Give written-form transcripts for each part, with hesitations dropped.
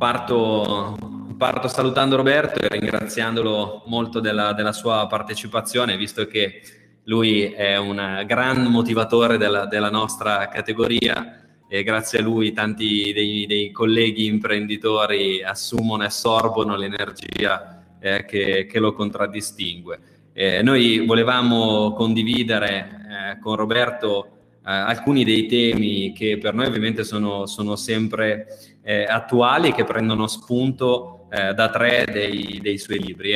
parto, parto salutando Roberto e ringraziandolo molto della sua partecipazione, visto che lui è un gran motivatore della nostra categoria e grazie a lui tanti dei colleghi imprenditori assumono e assorbono l'energia che lo contraddistingue. Noi volevamo condividere con Roberto alcuni dei temi che per noi ovviamente sono sempre attuali e che prendono spunto da tre dei suoi libri.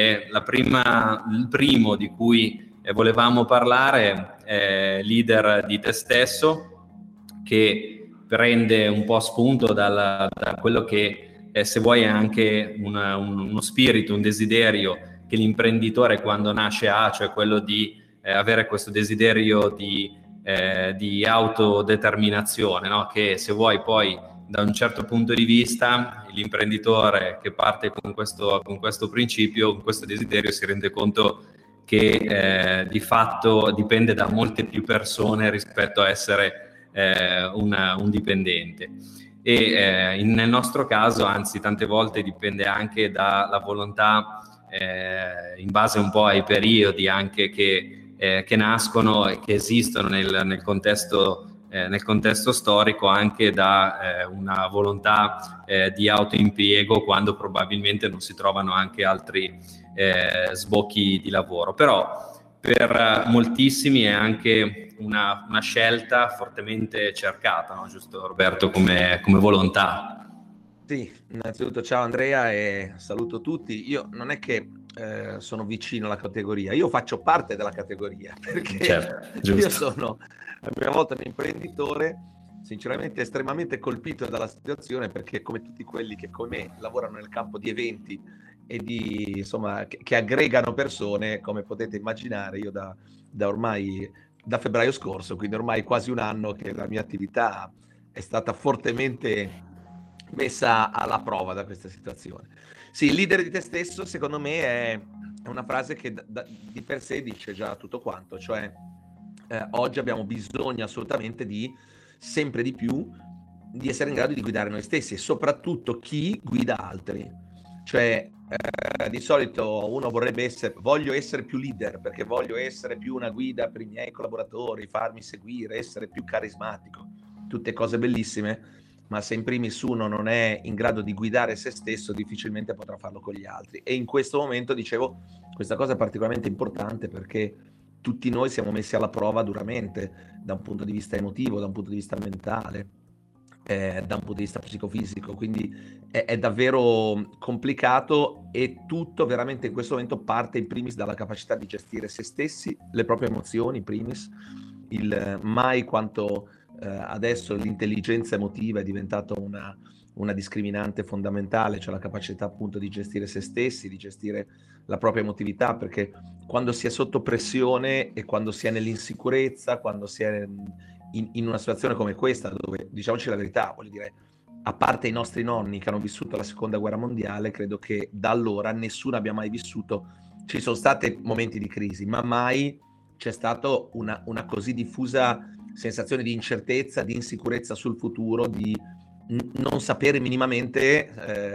Il primo di cui volevamo parlare è Leader di te stesso, che prende un po' spunto da quello che se vuoi è anche uno spirito, un desiderio che l'imprenditore quando nasce ha, cioè quello di avere questo desiderio di autodeterminazione, no? Che se vuoi poi da un certo punto di vista l'imprenditore che parte con questo principio, con questo desiderio, si rende conto che di fatto dipende da molte più persone rispetto a essere un dipendente. Nel nostro caso, anzi, tante volte dipende anche dalla volontà, in base un po' ai periodi anche che nascono e che esistono nel contesto storico, anche da una volontà di autoimpiego, quando probabilmente non si trovano anche altri sbocchi di lavoro. Però per moltissimi è anche una scelta fortemente cercata, no? Giusto Roberto, come volontà? Sì, innanzitutto ciao Andrea e saluto tutti. Io non è che sono vicino alla categoria, io faccio parte della categoria, perché certo, io sono a mia volta un imprenditore, sinceramente estremamente colpito dalla situazione, perché come tutti quelli che come me lavorano nel campo di eventi e insomma, che aggregano persone, come potete immaginare, io ormai da febbraio scorso, quindi ormai quasi un anno, che la mia attività è stata fortemente messa alla prova da questa situazione. Sì, il leader di te stesso, secondo me, è una frase che di per sé dice già tutto quanto, cioè oggi abbiamo bisogno assolutamente sempre di più di essere in grado di guidare noi stessi, e soprattutto chi guida altri. Cioè di solito uno voglio essere più leader, perché voglio essere più una guida per i miei collaboratori, farmi seguire, essere più carismatico, tutte cose bellissime, ma se in primis uno non è in grado di guidare se stesso, difficilmente potrà farlo con gli altri. E in questo momento, dicevo, questa cosa è particolarmente importante, perché tutti noi siamo messi alla prova duramente, da un punto di vista emotivo, da un punto di vista mentale, da un punto di vista psicofisico, quindi è davvero complicato, e tutto veramente in questo momento parte in primis dalla capacità di gestire se stessi, le proprie emozioni in primis, mai quanto adesso l'intelligenza emotiva è diventata una discriminante fondamentale, cioè la capacità appunto di gestire se stessi, di gestire la propria emotività, perché quando si è sotto pressione e quando si è nell'insicurezza, quando si è in una situazione come questa, dove, diciamoci la verità, voglio dire, a parte i nostri nonni che hanno vissuto la seconda guerra mondiale, credo che da allora nessuno abbia mai vissuto, ci sono stati momenti di crisi, ma mai c'è stata una così diffusa sensazione di incertezza, di insicurezza sul futuro, di non sapere minimamente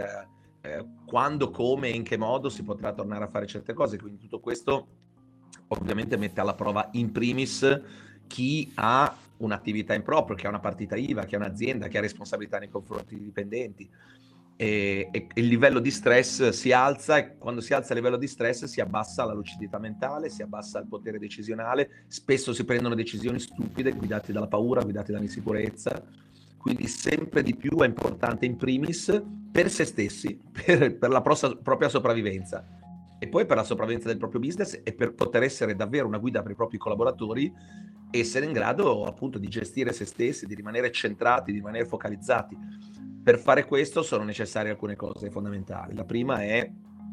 quando, come e in che modo si potrà tornare a fare certe cose. Quindi tutto questo ovviamente mette alla prova in primis chi ha un'attività in proprio, che ha una partita IVA, che ha un'azienda, che ha responsabilità nei confronti dei dipendenti, e il livello di stress si alza, e quando si alza il livello di stress si abbassa la lucidità mentale, si abbassa il potere decisionale, spesso si prendono decisioni stupide guidate dalla paura, guidate dall'insicurezza. Quindi sempre di più è importante in primis per se stessi, per la propria sopravvivenza, e poi per la sopravvivenza del proprio business, e per poter essere davvero una guida per i propri collaboratori, essere in grado appunto di gestire se stessi, di rimanere centrati, di rimanere focalizzati. Per fare questo sono necessarie alcune cose fondamentali. La prima è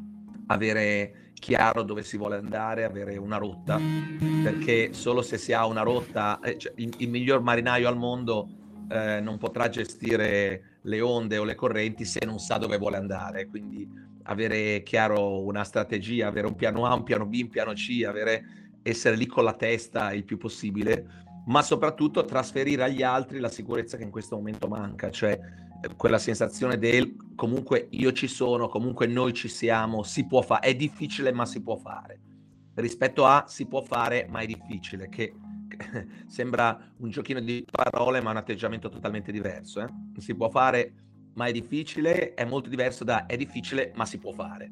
avere chiaro dove si vuole andare, avere una rotta, perché solo se si ha una rotta, cioè il miglior marinaio al mondo non potrà gestire le onde o le correnti se non sa dove vuole andare. Quindi avere chiaro una strategia, avere un piano A, un piano B, un piano C, essere lì con la testa il più possibile, ma soprattutto trasferire agli altri la sicurezza che in questo momento manca, cioè quella sensazione del comunque io ci sono, comunque noi ci siamo, si può fare, è difficile ma si può fare, rispetto a si può fare ma è difficile, che sembra un giochino di parole ma è un atteggiamento totalmente diverso. Si può fare ma è difficile, è molto diverso da è difficile ma si può fare.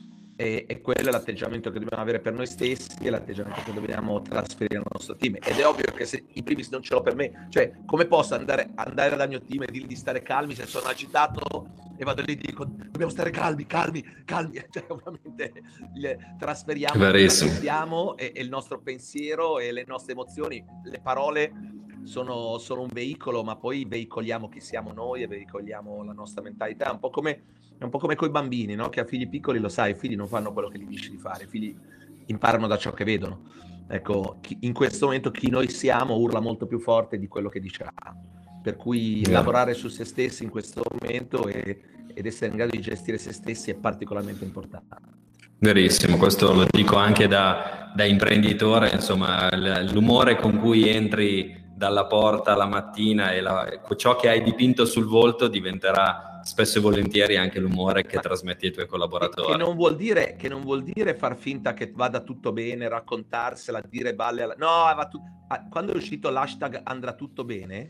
E quello è l'atteggiamento che dobbiamo avere per noi stessi, è l'atteggiamento che dobbiamo trasferire al nostro team. Ed è ovvio che se in primis non ce l'ho per me, cioè come posso andare dal mio team e dirgli di stare calmi se sono agitato e vado lì e dico dobbiamo stare calmi, cioè ovviamente trasferiamo quello che siamo e il nostro pensiero e le nostre emozioni, le parole sono un veicolo, ma poi veicoliamo chi siamo noi e veicoliamo la nostra mentalità, è un po' come coi bambini, no? Che a figli piccoli, lo sai, i figli non fanno quello che gli dici di fare, i figli imparano da ciò che vedono. Ecco, in questo momento chi noi siamo urla molto più forte di quello che diciamo, per cui lavorare su se stessi in questo momento ed essere in grado di gestire se stessi è particolarmente importante. Verissimo, questo lo dico anche da imprenditore, insomma, l'umore con cui entri dalla porta la mattina e ciò che hai dipinto sul volto diventerà spesso e volentieri anche l'umore che trasmetti ai tuoi collaboratori. Che non vuol dire far finta che vada tutto bene, raccontarsela, dire balle quando è uscito l'hashtag andrà tutto bene,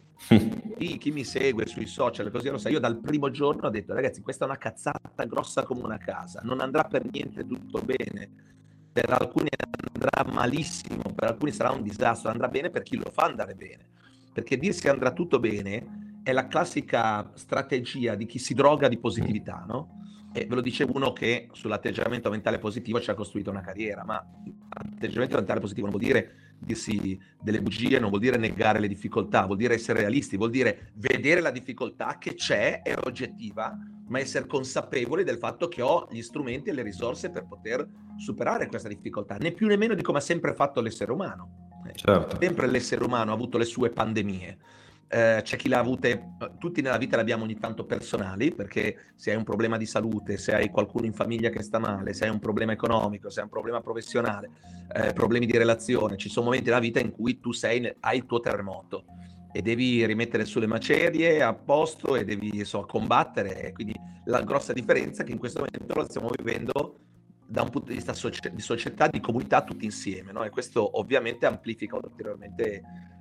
chi mi segue sui social così lo sa, io dal primo giorno ho detto ragazzi questa è una cazzata grossa come una casa, non andrà per niente tutto bene, per alcuni andrà malissimo, per alcuni sarà un disastro, andrà bene per chi lo fa andare bene, perché dirsi andrà tutto bene è la classica strategia di chi si droga di positività, no? E ve lo dice uno che sull'atteggiamento mentale positivo ci ha costruito una carriera, ma l'atteggiamento mentale positivo non vuol dire dirsi delle bugie, non vuol dire negare le difficoltà, vuol dire essere realisti, vuol dire vedere la difficoltà che c'è, è oggettiva, ma essere consapevoli del fatto che ho gli strumenti e le risorse per poter superare questa difficoltà, né più né meno di come ha sempre fatto l'essere umano. Certo. Sempre l'essere umano ha avuto le sue pandemie. C'è chi l'ha avute, tutti nella vita le abbiamo ogni tanto personali, perché se hai un problema di salute, se hai qualcuno in famiglia che sta male, se hai un problema economico, se hai un problema professionale, problemi di relazione, ci sono momenti nella vita in cui tu hai il tuo terremoto e devi rimettere sulle macerie a posto e devi combattere, quindi la grossa differenza è che in questo momento lo stiamo vivendo da un punto di vista di società, di comunità tutti insieme, no? E questo ovviamente amplifica ulteriormente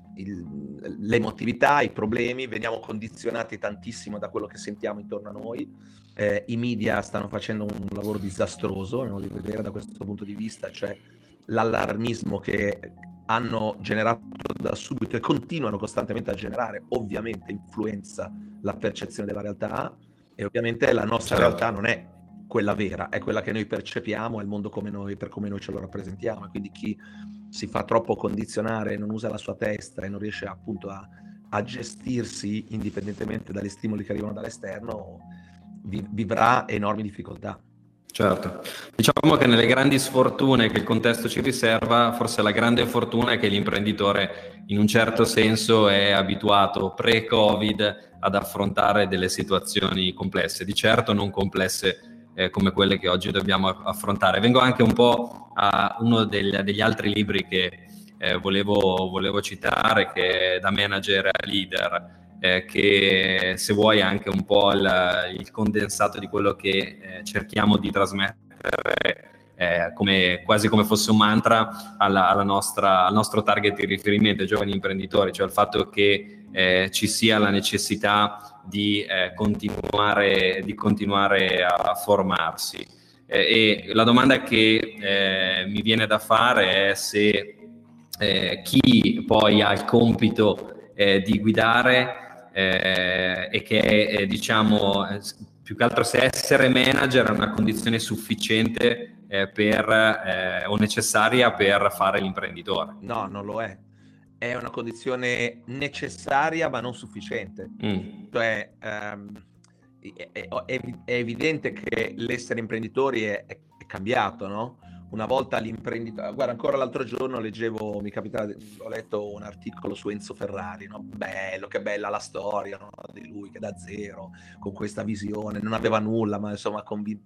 l'emotività, i problemi, veniamo condizionati tantissimo da quello che sentiamo intorno a noi, i media stanno facendo un lavoro disastroso, no, di vedere da questo punto di vista, cioè l'allarmismo che hanno generato da subito e continuano costantemente a generare, ovviamente influenza la percezione della realtà e ovviamente la nostra realtà non è quella vera, è quella che noi percepiamo, è il mondo come noi, per come noi ce lo rappresentiamo, e quindi chi si fa troppo condizionare, non usa la sua testa e non riesce appunto a gestirsi indipendentemente dagli stimoli che arrivano dall'esterno, vivrà enormi difficoltà. Certo, diciamo che nelle grandi sfortune che il contesto ci riserva, forse la grande fortuna è che l'imprenditore in un certo senso è abituato pre-Covid ad affrontare delle situazioni complesse, di certo non complesse come quelle che oggi dobbiamo affrontare. Vengo anche un po' a uno degli altri libri che volevo citare, che è Da Manager a Leader, che se vuoi è anche un po' il condensato di quello che cerchiamo di trasmettere quasi come fosse un mantra al nostro target di riferimento, ai giovani imprenditori, cioè il fatto che ci sia la necessità di continuare a formarsi. E la domanda che mi viene da fare è se chi poi ha il compito di guidare e che diciamo più che altro se essere manager è una condizione sufficiente o necessaria per fare l'imprenditore. No, non lo è. È una condizione necessaria ma non sufficiente. Cioè è evidente che l'essere imprenditori è cambiato, no? una volta l'imprenditore, guarda, ancora l'altro giorno leggevo, mi capitava, ho letto un articolo su Enzo Ferrari, no? Bello, che bella la storia, no? Di lui che da zero, con questa visione, non aveva nulla, ma insomma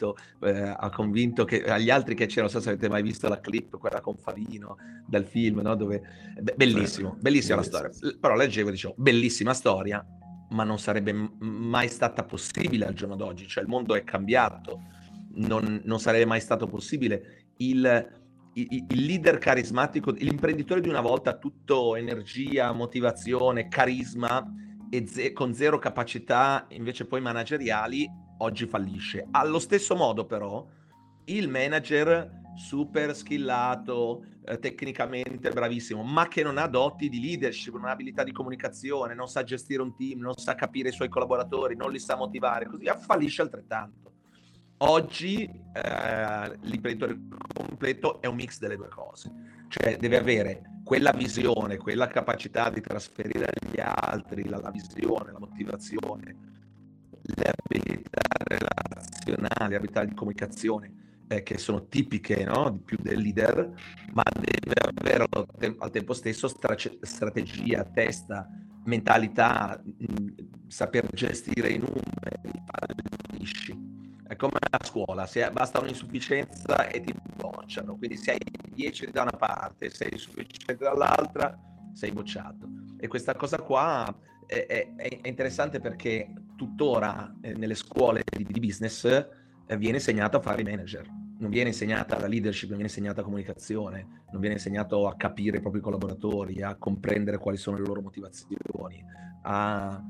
ha convinto che agli altri che c'erano, non so se avete mai visto la clip, quella con Favino, dal film, no? Dove, bellissima la storia. Però leggevo e dicevo, bellissima storia, ma non sarebbe mai stata possibile al giorno d'oggi, cioè il mondo è cambiato, non sarebbe mai stato possibile il leader carismatico, l'imprenditore di una volta, tutto energia, motivazione, carisma e con zero capacità invece poi manageriali, oggi fallisce. Allo stesso modo però il manager super skillato, tecnicamente bravissimo, ma che non ha doti di leadership, non ha abilità di comunicazione, non sa gestire un team, non sa capire i suoi collaboratori, non li sa motivare, così fallisce altrettanto. Oggi l'imprenditore completo è un mix delle due cose, cioè deve avere quella visione, quella capacità di trasferire agli altri la visione, la motivazione, le abilità relazionali, le abilità di comunicazione che sono tipiche, no? Di più del leader, ma deve avere al tempo stesso strategia, testa, mentalità, saper gestire i numeri, fallisci. È come a scuola, basta un'insufficienza e ti bocciano, quindi se hai 10 da una parte, sei insufficiente dall'altra, sei bocciato. E questa cosa qua è interessante perché tuttora nelle scuole di business viene insegnato a fare i manager, non viene insegnata la leadership, non viene insegnata comunicazione, non viene insegnato a capire i propri collaboratori, a comprendere quali sono le loro motivazioni, a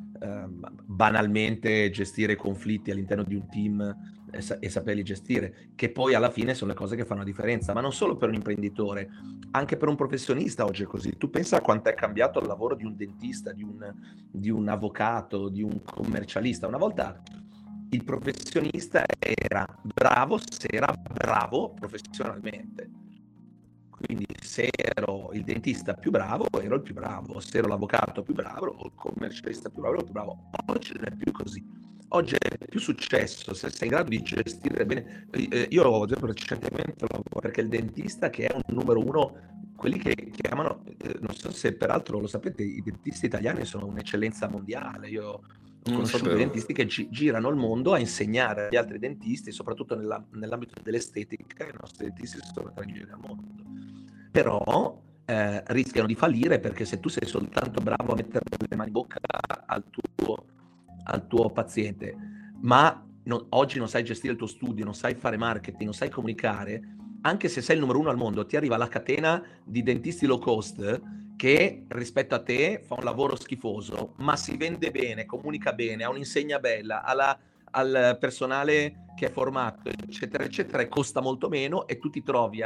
banalmente gestire i conflitti all'interno di un team e saperli gestire, che poi alla fine sono le cose che fanno la differenza, ma non solo per un imprenditore, anche per un professionista oggi è così. Tu pensa a quanto è cambiato il lavoro di un dentista, di un avvocato, di un commercialista. Una volta il professionista era bravo se era bravo professionalmente. Quindi se ero il dentista più bravo, ero il più bravo. Se ero l'avvocato più bravo, o il commercialista più bravo, ero il più bravo. Oggi non è più così. Oggi è più successo, se sei in grado di gestire bene. Io ho recentemente perché il dentista che è un numero uno, quelli che chiamano, non so se peraltro lo sapete, i dentisti italiani sono un'eccellenza mondiale. Io ho conosciuto dentisti che girano il mondo a insegnare agli altri dentisti, soprattutto nell'ambito dell'estetica, i nostri dentisti sono tra i migliori al mondo. Però rischiano di fallire perché se tu sei soltanto bravo a mettere le mani in bocca al tuo paziente, ma oggi non sai gestire il tuo studio, non sai fare marketing, non sai comunicare, anche se sei il numero uno al mondo, ti arriva la catena di dentisti low cost che rispetto a te fa un lavoro schifoso, ma si vende bene, comunica bene, ha un'insegna bella, al personale che è formato, eccetera, eccetera, e costa molto meno e tu ti trovi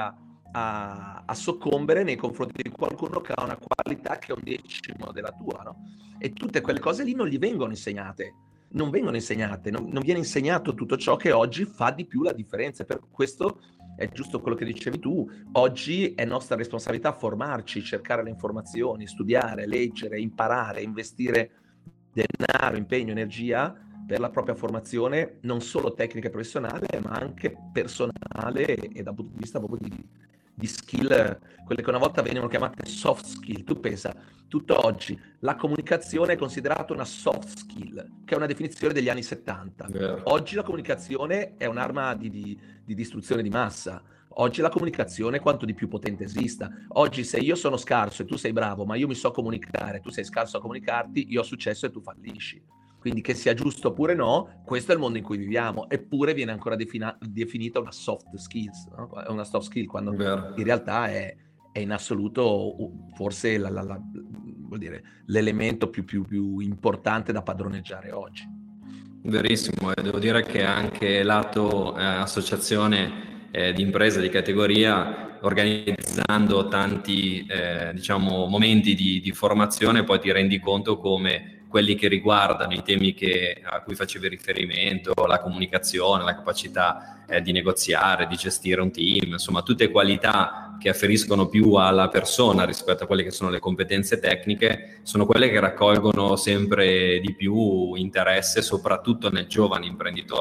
a soccombere nei confronti di qualcuno che ha una qualità che è un decimo della tua, no? E tutte quelle cose lì non gli vengono insegnate, non viene insegnato tutto ciò che oggi fa di più la differenza. Per questo è giusto quello che dicevi tu, oggi è nostra responsabilità formarci, cercare le informazioni, studiare, leggere, imparare, investire denaro, impegno, energia per la propria formazione, non solo tecnica e professionale, ma anche personale e dal punto di vista proprio di skill, quelle che una volta venivano chiamate soft skill. Tu pensa, tutto oggi la comunicazione è considerata una soft skill, che è una definizione degli anni 70. Oggi la comunicazione è un'arma di distruzione di massa. Oggi la comunicazione è quanto di più potente esista. Oggi se io sono scarso e tu sei bravo, ma io mi so comunicare, tu sei scarso a comunicarti, io ho successo e tu fallisci. Quindi che sia giusto oppure no, questo è il mondo in cui viviamo, eppure viene ancora definita una soft skills, no? Una soft skill, quando in realtà è in assoluto forse vuol dire, l'elemento più importante da padroneggiare oggi. Verissimo, e devo dire che anche lato associazione di imprese di categoria, organizzando tanti diciamo momenti di formazione, poi ti rendi conto come quelli che riguardano i temi a cui facevi riferimento, la comunicazione, la capacità di negoziare, di gestire un team, insomma tutte qualità che afferiscono più alla persona rispetto a quelle che sono le competenze tecniche, sono quelle che raccolgono sempre di più interesse, soprattutto nel giovane imprenditore.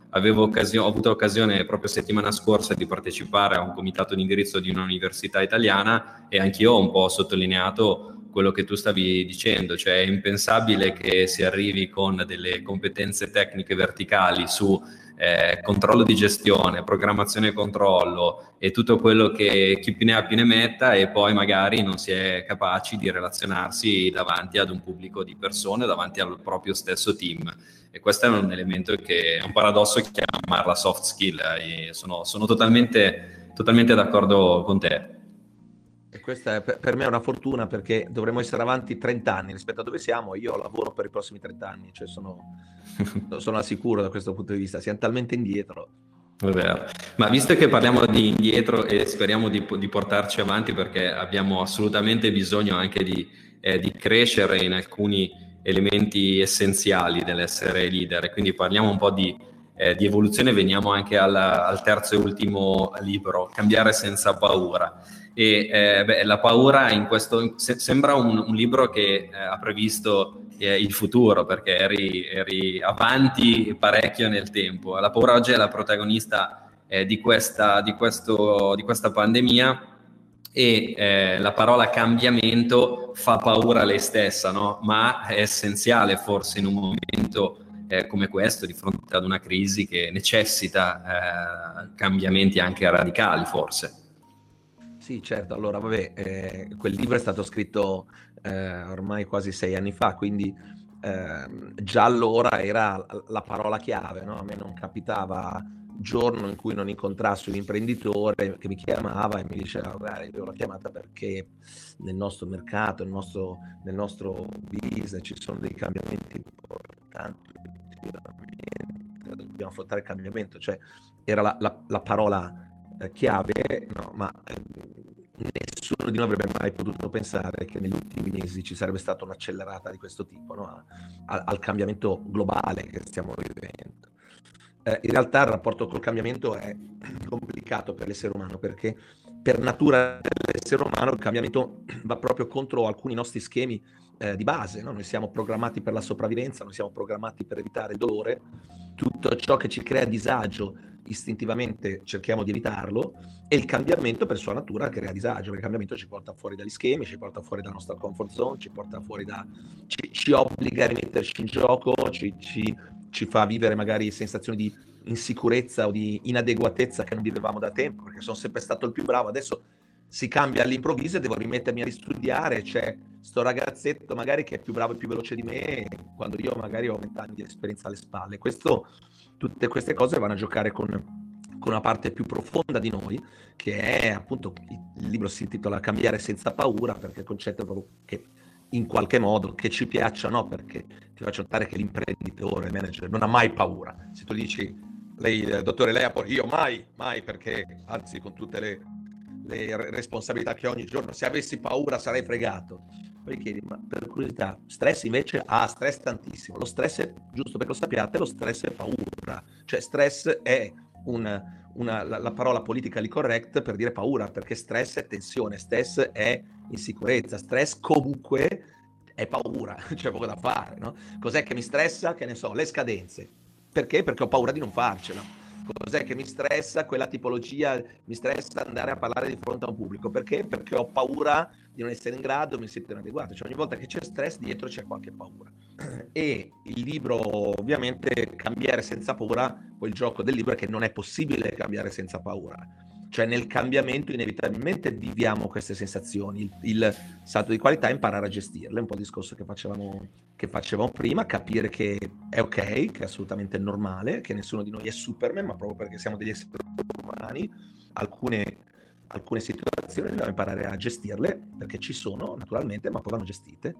ho avuto occasione proprio settimana scorsa di partecipare a un comitato di indirizzo di un'università italiana e anch'io ho un po' sottolineato quello che tu stavi dicendo, cioè è impensabile che si arrivi con delle competenze tecniche verticali su controllo di gestione, programmazione e controllo e tutto quello che chi più ne ha più ne metta, e poi magari non si è capaci di relazionarsi davanti ad un pubblico di persone, davanti al proprio stesso team. E questo è un elemento che è un paradosso chiamarla soft skill, e sono totalmente d'accordo con te. E questa è, per me è una fortuna, perché dovremmo essere avanti 30 anni rispetto a dove siamo. Io lavoro per i prossimi 30 anni, cioè sono al sicuro da questo punto di vista, siamo talmente indietro. È vero. Ma visto che parliamo di indietro e speriamo di portarci avanti, perché abbiamo assolutamente bisogno anche di crescere in alcuni elementi essenziali dell'essere leader, e quindi parliamo un po' di evoluzione, veniamo anche al terzo e ultimo libro, Cambiare senza paura. E la paura in questo sembra un libro che ha previsto il futuro, perché eri avanti parecchio nel tempo. La paura oggi è la protagonista di questa pandemia, e la parola cambiamento fa paura a lei stessa, no? Ma è essenziale forse in un momento come questo, di fronte ad una crisi che necessita cambiamenti anche radicali, forse. Sì, certo. Allora, vabbè, quel libro è stato scritto ormai quasi 6 anni fa, quindi già allora era la parola chiave, no? A me non capitava giorno in cui non incontrassi un imprenditore che mi chiamava e mi diceva: guarda, io l'ho chiamata perché nel nostro mercato, nel nostro business ci sono dei cambiamenti importanti, dobbiamo affrontare il cambiamento. Cioè, era la parola chiave, no? Ma nessuno di noi avrebbe mai potuto pensare che negli ultimi mesi ci sarebbe stata un'accelerata di questo tipo, no? Al cambiamento globale che stiamo vivendo. In realtà il rapporto col cambiamento è complicato per l'essere umano, perché per natura dell'essere umano il cambiamento va proprio contro alcuni nostri schemi di base, no? Noi siamo programmati per la sopravvivenza, noi siamo programmati per evitare il dolore. Tutto ciò che ci crea disagio istintivamente cerchiamo di evitarlo, e il cambiamento per sua natura crea disagio, perché il cambiamento ci porta fuori dagli schemi, ci porta fuori dalla nostra comfort zone, ci porta fuori ci obbliga a rimetterci in gioco, ci fa vivere magari sensazioni di insicurezza o di inadeguatezza che non vivevamo da tempo, perché sono sempre stato il più bravo, adesso si cambia all'improvviso e devo rimettermi a ristudiare. C'è sto ragazzetto magari che è più bravo e più veloce di me, quando io magari ho 20 anni di esperienza alle spalle. Tutte queste cose vanno a giocare con una parte più profonda di noi, che è appunto, il libro si intitola Cambiare senza paura, perché il concetto è proprio che in qualche modo, che ci piaccia, no? Perché ti faccio notare che l'imprenditore, il manager, non ha mai paura. Se tu dici, lei, dottore, lei ha paura, io mai, perché anzi, con tutte le responsabilità che ho ogni giorno, se avessi paura sarei fregato. Poi chiedi, ma per curiosità, stress invece? Stress tantissimo. Lo stress è, giusto perché lo sappiate, lo stress è paura. Cioè stress è la parola politically correct per dire paura, perché stress è tensione, stress è insicurezza, stress comunque è paura, c'è poco da fare, no? Cos'è che mi stressa? Che ne so, le scadenze. Perché? Perché ho paura di non farcela. Cos'è che mi stressa? Quella tipologia, mi stressa andare a parlare di fronte a un pubblico. Perché? Perché ho paura di non essere in grado, mi sento inadeguato. Cioè ogni volta che c'è stress dietro c'è qualche paura. E il libro, ovviamente, Cambiare senza paura, poi il gioco del libro è che non è possibile cambiare senza paura. Cioè nel cambiamento inevitabilmente viviamo queste sensazioni. Il salto di qualità è imparare a gestirle, un po' il discorso che facevamo prima, capire che è ok, che è assolutamente normale, che nessuno di noi è Superman, ma proprio perché siamo degli esseri umani, alcune situazioni dobbiamo imparare a gestirle, perché ci sono naturalmente, ma poi vanno gestite,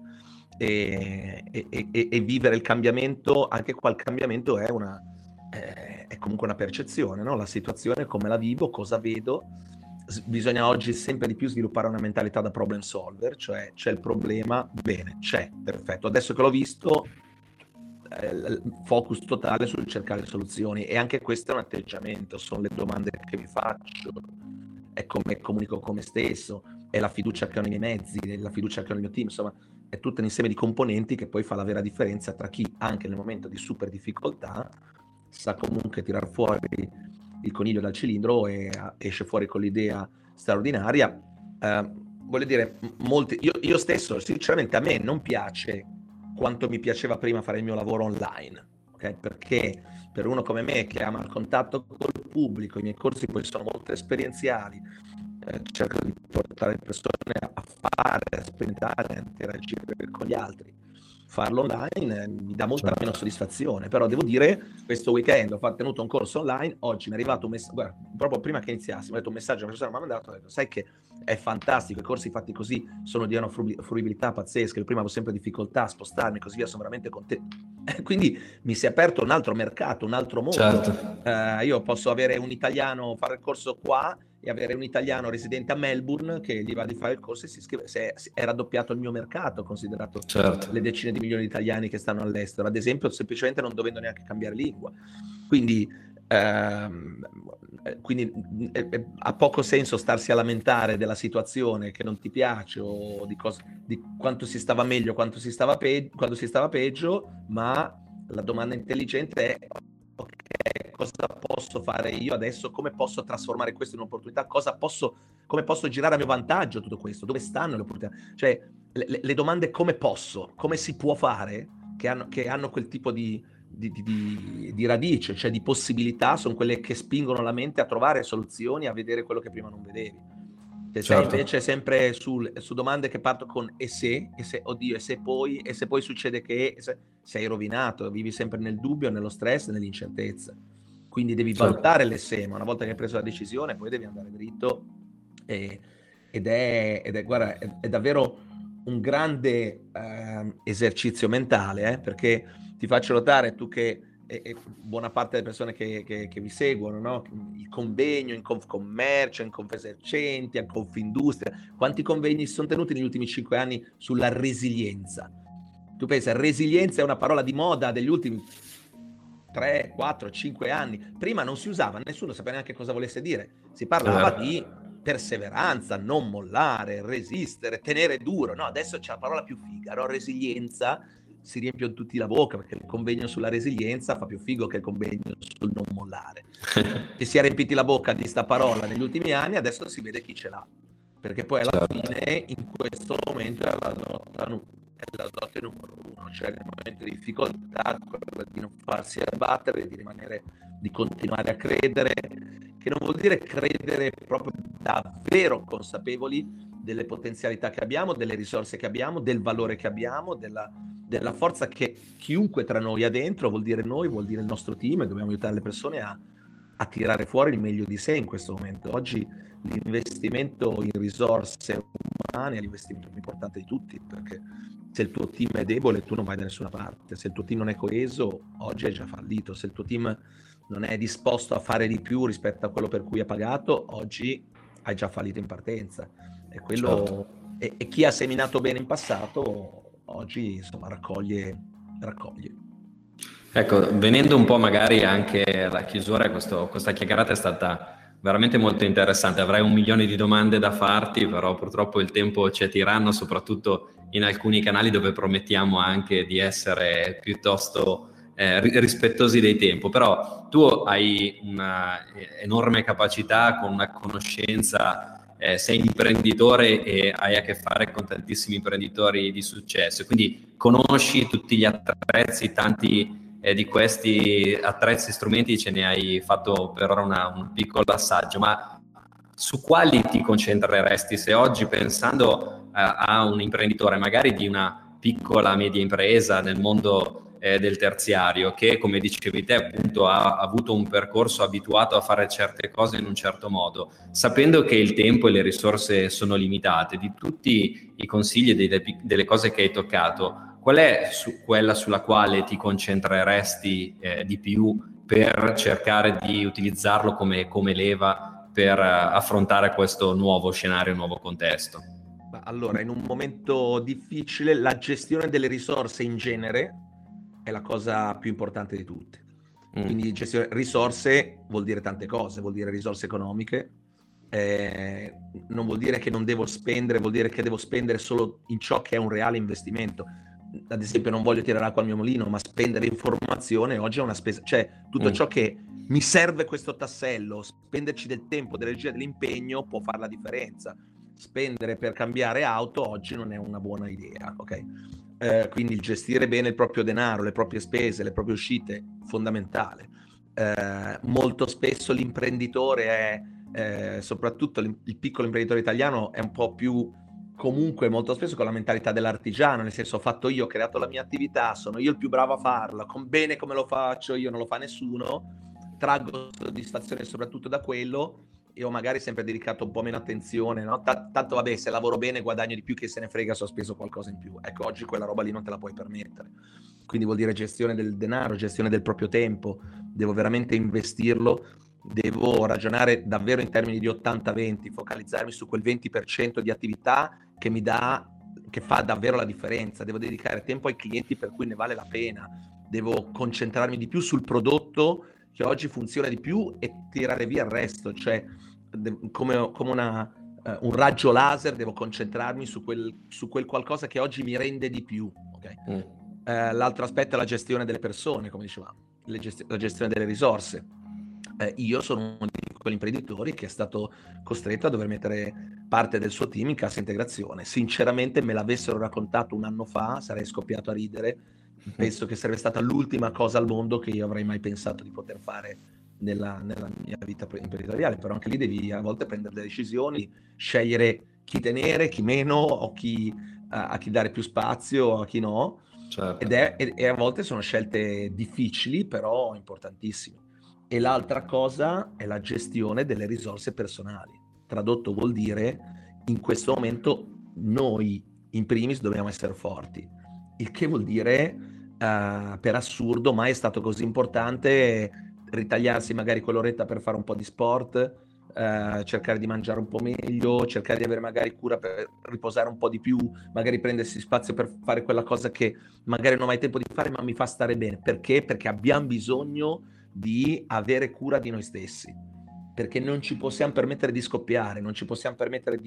e vivere il cambiamento. Anche qua il cambiamento è comunque una percezione, no? La situazione, come la vivo, cosa vedo. Bisogna oggi sempre di più sviluppare una mentalità da problem solver, cioè c'è il problema, bene, c'è, perfetto, adesso che l'ho visto, focus totale sul cercare soluzioni. E anche questo è un atteggiamento, sono le domande che mi faccio, è come comunico con me stesso, è la fiducia che ho nei miei mezzi, è la fiducia che ho nel mio team, insomma è tutto un insieme di componenti che poi fa la vera differenza tra chi anche nel momento di super difficoltà sa comunque tirar fuori il coniglio dal cilindro e esce fuori con l'idea straordinaria. Voglio dire, io stesso, sinceramente, a me non piace quanto mi piaceva prima fare il mio lavoro online, okay? Perché per uno come me che ama il contatto col pubblico, i miei corsi poi sono molto esperienziali, cerco di portare le persone a fare, a sperimentare, a interagire con gli altri. Farlo online mi dà molta meno soddisfazione, però devo dire, questo weekend ho tenuto un corso online, oggi mi è arrivato un messaggio, guarda, proprio prima che iniziassimo, ho detto un messaggio, una persona mi ha mandato, ho detto, sai che è fantastico, i corsi fatti così sono di una fruibilità pazzesca, io prima avevo sempre difficoltà a spostarmi, così via, sono veramente contento. Quindi mi si è aperto un altro mercato, un altro mondo. Certo. Io posso avere un italiano, fare il corso qua, e avere un italiano residente a Melbourne che gli va di fare il corso e si iscrive. È raddoppiato il mio mercato, considerato le decine di milioni di italiani che stanno all'estero, ad esempio, semplicemente non dovendo neanche cambiare lingua. Quindi ha poco senso starsi a lamentare della situazione che non ti piace o di quanto si stava meglio, quanto si stava peggio, ma la domanda intelligente è: ok, cosa posso fare io adesso? Come posso trasformare questo in un'opportunità? Come posso girare a mio vantaggio tutto questo? Dove stanno le opportunità? Cioè, le domande come posso, come si può fare, che hanno quel tipo di radice, cioè di possibilità, sono quelle che spingono la mente a trovare soluzioni, a vedere quello che prima non vedevi. Se sei invece sempre su domande che partono con e se, oddio, e se poi succede che sei rovinato, vivi sempre nel dubbio, nello stress, nell'incertezza. Quindi devi valutare le se, ma una volta che hai preso la decisione poi devi andare dritto ed è guarda, è davvero un grande esercizio mentale, perché ti faccio notare, tu che e buona parte delle persone che vi seguono, no? Il convegno in Confcommercio, in Confesercenti, in Confindustria, quanti convegni si sono tenuti negli ultimi 5 anni sulla resilienza? Tu pensa, resilienza è una parola di moda degli ultimi 3, 4, 5 anni. Prima non si usava, nessuno sapeva neanche cosa volesse dire. Si parlava di perseveranza, non mollare, resistere, tenere duro. No, adesso c'è la parola più figa, no? Resilienza, si riempiono tutti la bocca perché il convegno sulla resilienza fa più figo che il convegno sul non mollare. Ci si è riempiti la bocca di sta parola negli ultimi anni, adesso si vede chi ce l'ha, perché poi alla fine in questo momento è la dote numero uno, cioè nel momento di difficoltà, di non farsi abbattere, di continuare a credere, che non vuol dire credere proprio davvero consapevoli delle potenzialità che abbiamo, delle risorse che abbiamo, del valore che abbiamo, della forza che chiunque tra noi ha dentro, vuol dire noi, vuol dire il nostro team, e dobbiamo aiutare le persone a tirare fuori il meglio di sé in questo momento. Oggi l'investimento in risorse umane è l'investimento più importante di tutti, perché se il tuo team è debole tu non vai da nessuna parte, se il tuo team non è coeso oggi hai già fallito, se il tuo team non è disposto a fare di più rispetto a quello per cui è pagato, oggi hai già fallito in partenza. E quello e chi ha seminato bene in passato oggi insomma raccoglie. Ecco, venendo un po' magari anche alla chiusura, questa chiacchierata è stata veramente molto interessante. Avrei 1 milione di domande da farti, però purtroppo il tempo ci è tiranno, soprattutto in alcuni canali dove promettiamo anche di essere piuttosto rispettosi del tempo. Però tu hai una enorme capacità, con una conoscenza, sei imprenditore e hai a che fare con tantissimi imprenditori di successo, quindi conosci tutti gli attrezzi, tanti di questi attrezzi, strumenti, ce ne hai fatto per ora un piccolo assaggio, ma su quali ti concentreresti se oggi, pensando a un imprenditore magari di una piccola media impresa nel mondo del terziario, che come dicevi te appunto ha avuto un percorso abituato a fare certe cose in un certo modo, sapendo che il tempo e le risorse sono limitate, di tutti i consigli e delle cose che hai toccato, qual è quella sulla quale ti concentreresti di più per cercare di utilizzarlo come leva per affrontare questo nuovo scenario, nuovo contesto? Allora, in un momento difficile, la gestione delle risorse in genere è la cosa più importante di tutte. Quindi risorse vuol dire tante cose, vuol dire risorse economiche, non vuol dire che non devo spendere, vuol dire che devo spendere solo in ciò che è un reale investimento. ad esempio non voglio tirare acqua al mio mulino, ma spendere in formazione oggi è una spesa, cioè tutto ciò che mi serve questo tassello, spenderci del tempo, dell'energia, dell'impegno può fare la differenza. Spendere per cambiare auto oggi non è una buona idea, ok? Quindi il gestire bene il proprio denaro, le proprie spese, le proprie uscite, fondamentale. Molto spesso l'imprenditore soprattutto il piccolo imprenditore italiano è un po' più, comunque molto spesso con la mentalità dell'artigiano, nel senso ho fatto io, ho creato la mia attività, sono io il più bravo a farla, bene come lo faccio io, non lo fa nessuno, traggo soddisfazione soprattutto da quello e ho magari sempre dedicato un po' meno attenzione, no? Tanto vabbè, se lavoro bene guadagno di più, che se ne frega se ho speso qualcosa in più. Ecco, oggi quella roba lì non te la puoi permettere. Quindi vuol dire gestione del denaro, gestione del proprio tempo, devo veramente investirlo, devo ragionare davvero in termini di 80-20, focalizzarmi su quel 20% di attività che fa davvero la differenza, devo dedicare tempo ai clienti per cui ne vale la pena, devo concentrarmi di più sul prodotto che oggi funziona di più e tirare via il resto, cioè come un raggio laser devo concentrarmi su quel qualcosa che oggi mi rende di più, okay? L'altro aspetto è la gestione delle persone, come dicevamo, la gestione delle risorse. Io sono uno di quegli imprenditori che è stato costretto a dover mettere parte del suo team in cassa integrazione. Sinceramente me l'avessero raccontato un anno fa, sarei scoppiato a ridere. Penso che sarebbe stata l'ultima cosa al mondo che io avrei mai pensato di poter fare nella mia vita imprenditoriale, però anche lì devi a volte prendere delle decisioni, scegliere chi tenere, chi meno, o a chi dare più spazio, a chi no. Certo. E a volte sono scelte difficili, però importantissime. E l'altra cosa è la gestione delle risorse personali. Tradotto vuol dire, in questo momento noi in primis dobbiamo essere forti, il che vuol dire, per assurdo, mai è stato così importante ritagliarsi magari quell'oretta per fare un po' di sport, cercare di mangiare un po' meglio, cercare di avere magari cura per riposare un po' di più, magari prendersi spazio per fare quella cosa che magari non ho mai tempo di fare ma mi fa stare bene. Perché? Perché abbiamo bisogno di avere cura di noi stessi, perché non ci possiamo permettere di scoppiare, non ci possiamo permettere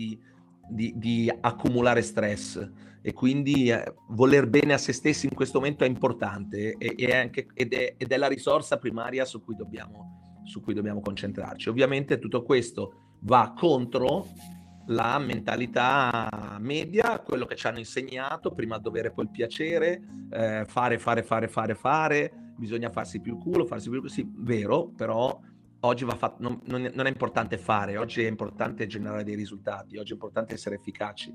di accumulare stress, e quindi voler bene a se stessi in questo momento è importante ed è la risorsa primaria su cui dobbiamo concentrarci. Ovviamente tutto questo va contro la mentalità media, quello che ci hanno insegnato, prima il dovere poi il piacere, fare, bisogna farsi più il culo, sì, vero, però oggi non è importante fare, oggi è importante generare dei risultati, oggi è importante essere efficaci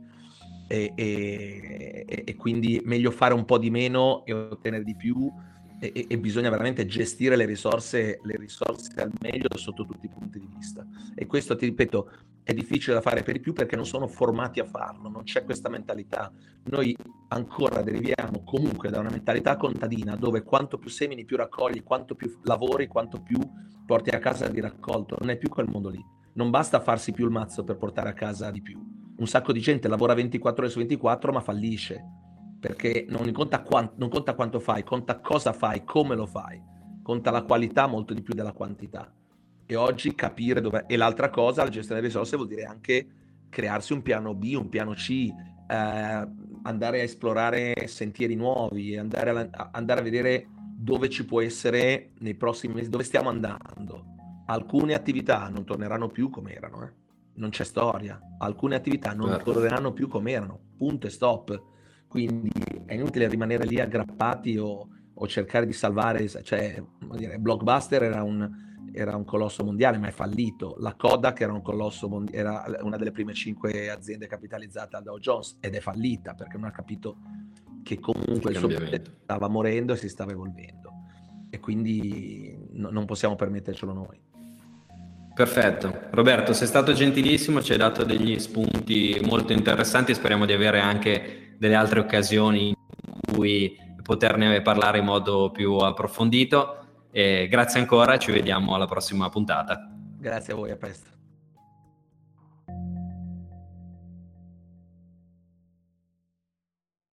e quindi meglio fare un po' di meno e ottenere di più, e bisogna veramente gestire le risorse al meglio sotto tutti i punti di vista. E questo, ti ripeto, è difficile da fare per i più perché non sono formati a farlo, non c'è questa mentalità. Noi ancora deriviamo comunque da una mentalità contadina, dove quanto più semini più raccogli, quanto più lavori, quanto più porti a casa di raccolto. Non è più quel mondo lì. Non basta farsi più il mazzo per portare a casa di più. Un sacco di gente lavora 24 ore su 24 ma fallisce, perché non conta quanto fai, conta cosa fai, come lo fai, conta la qualità molto di più della quantità. E oggi capire dove. E l'altra cosa, la gestione delle risorse vuol dire anche crearsi un piano B, un piano C, andare a esplorare sentieri nuovi, andare a vedere dove ci può essere nei prossimi mesi, dove stiamo andando. Alcune attività non torneranno più come erano, non c'è storia. Alcune attività non torneranno più come erano, punto e stop. Quindi è inutile rimanere lì aggrappati o cercare di salvare. Cioè, Blockbuster era un colosso mondiale, ma è fallito. La Kodak era un colosso era una delle prime 5 aziende capitalizzate al Dow Jones ed è fallita perché non ha capito che comunque il suo stava morendo e si stava evolvendo, e quindi non possiamo permettercelo noi. Perfetto, Roberto, sei stato gentilissimo, ci hai dato degli spunti molto interessanti, speriamo di avere anche delle altre occasioni in cui poterne parlare in modo più approfondito. E grazie ancora, ci vediamo alla prossima puntata. Grazie a voi, a presto.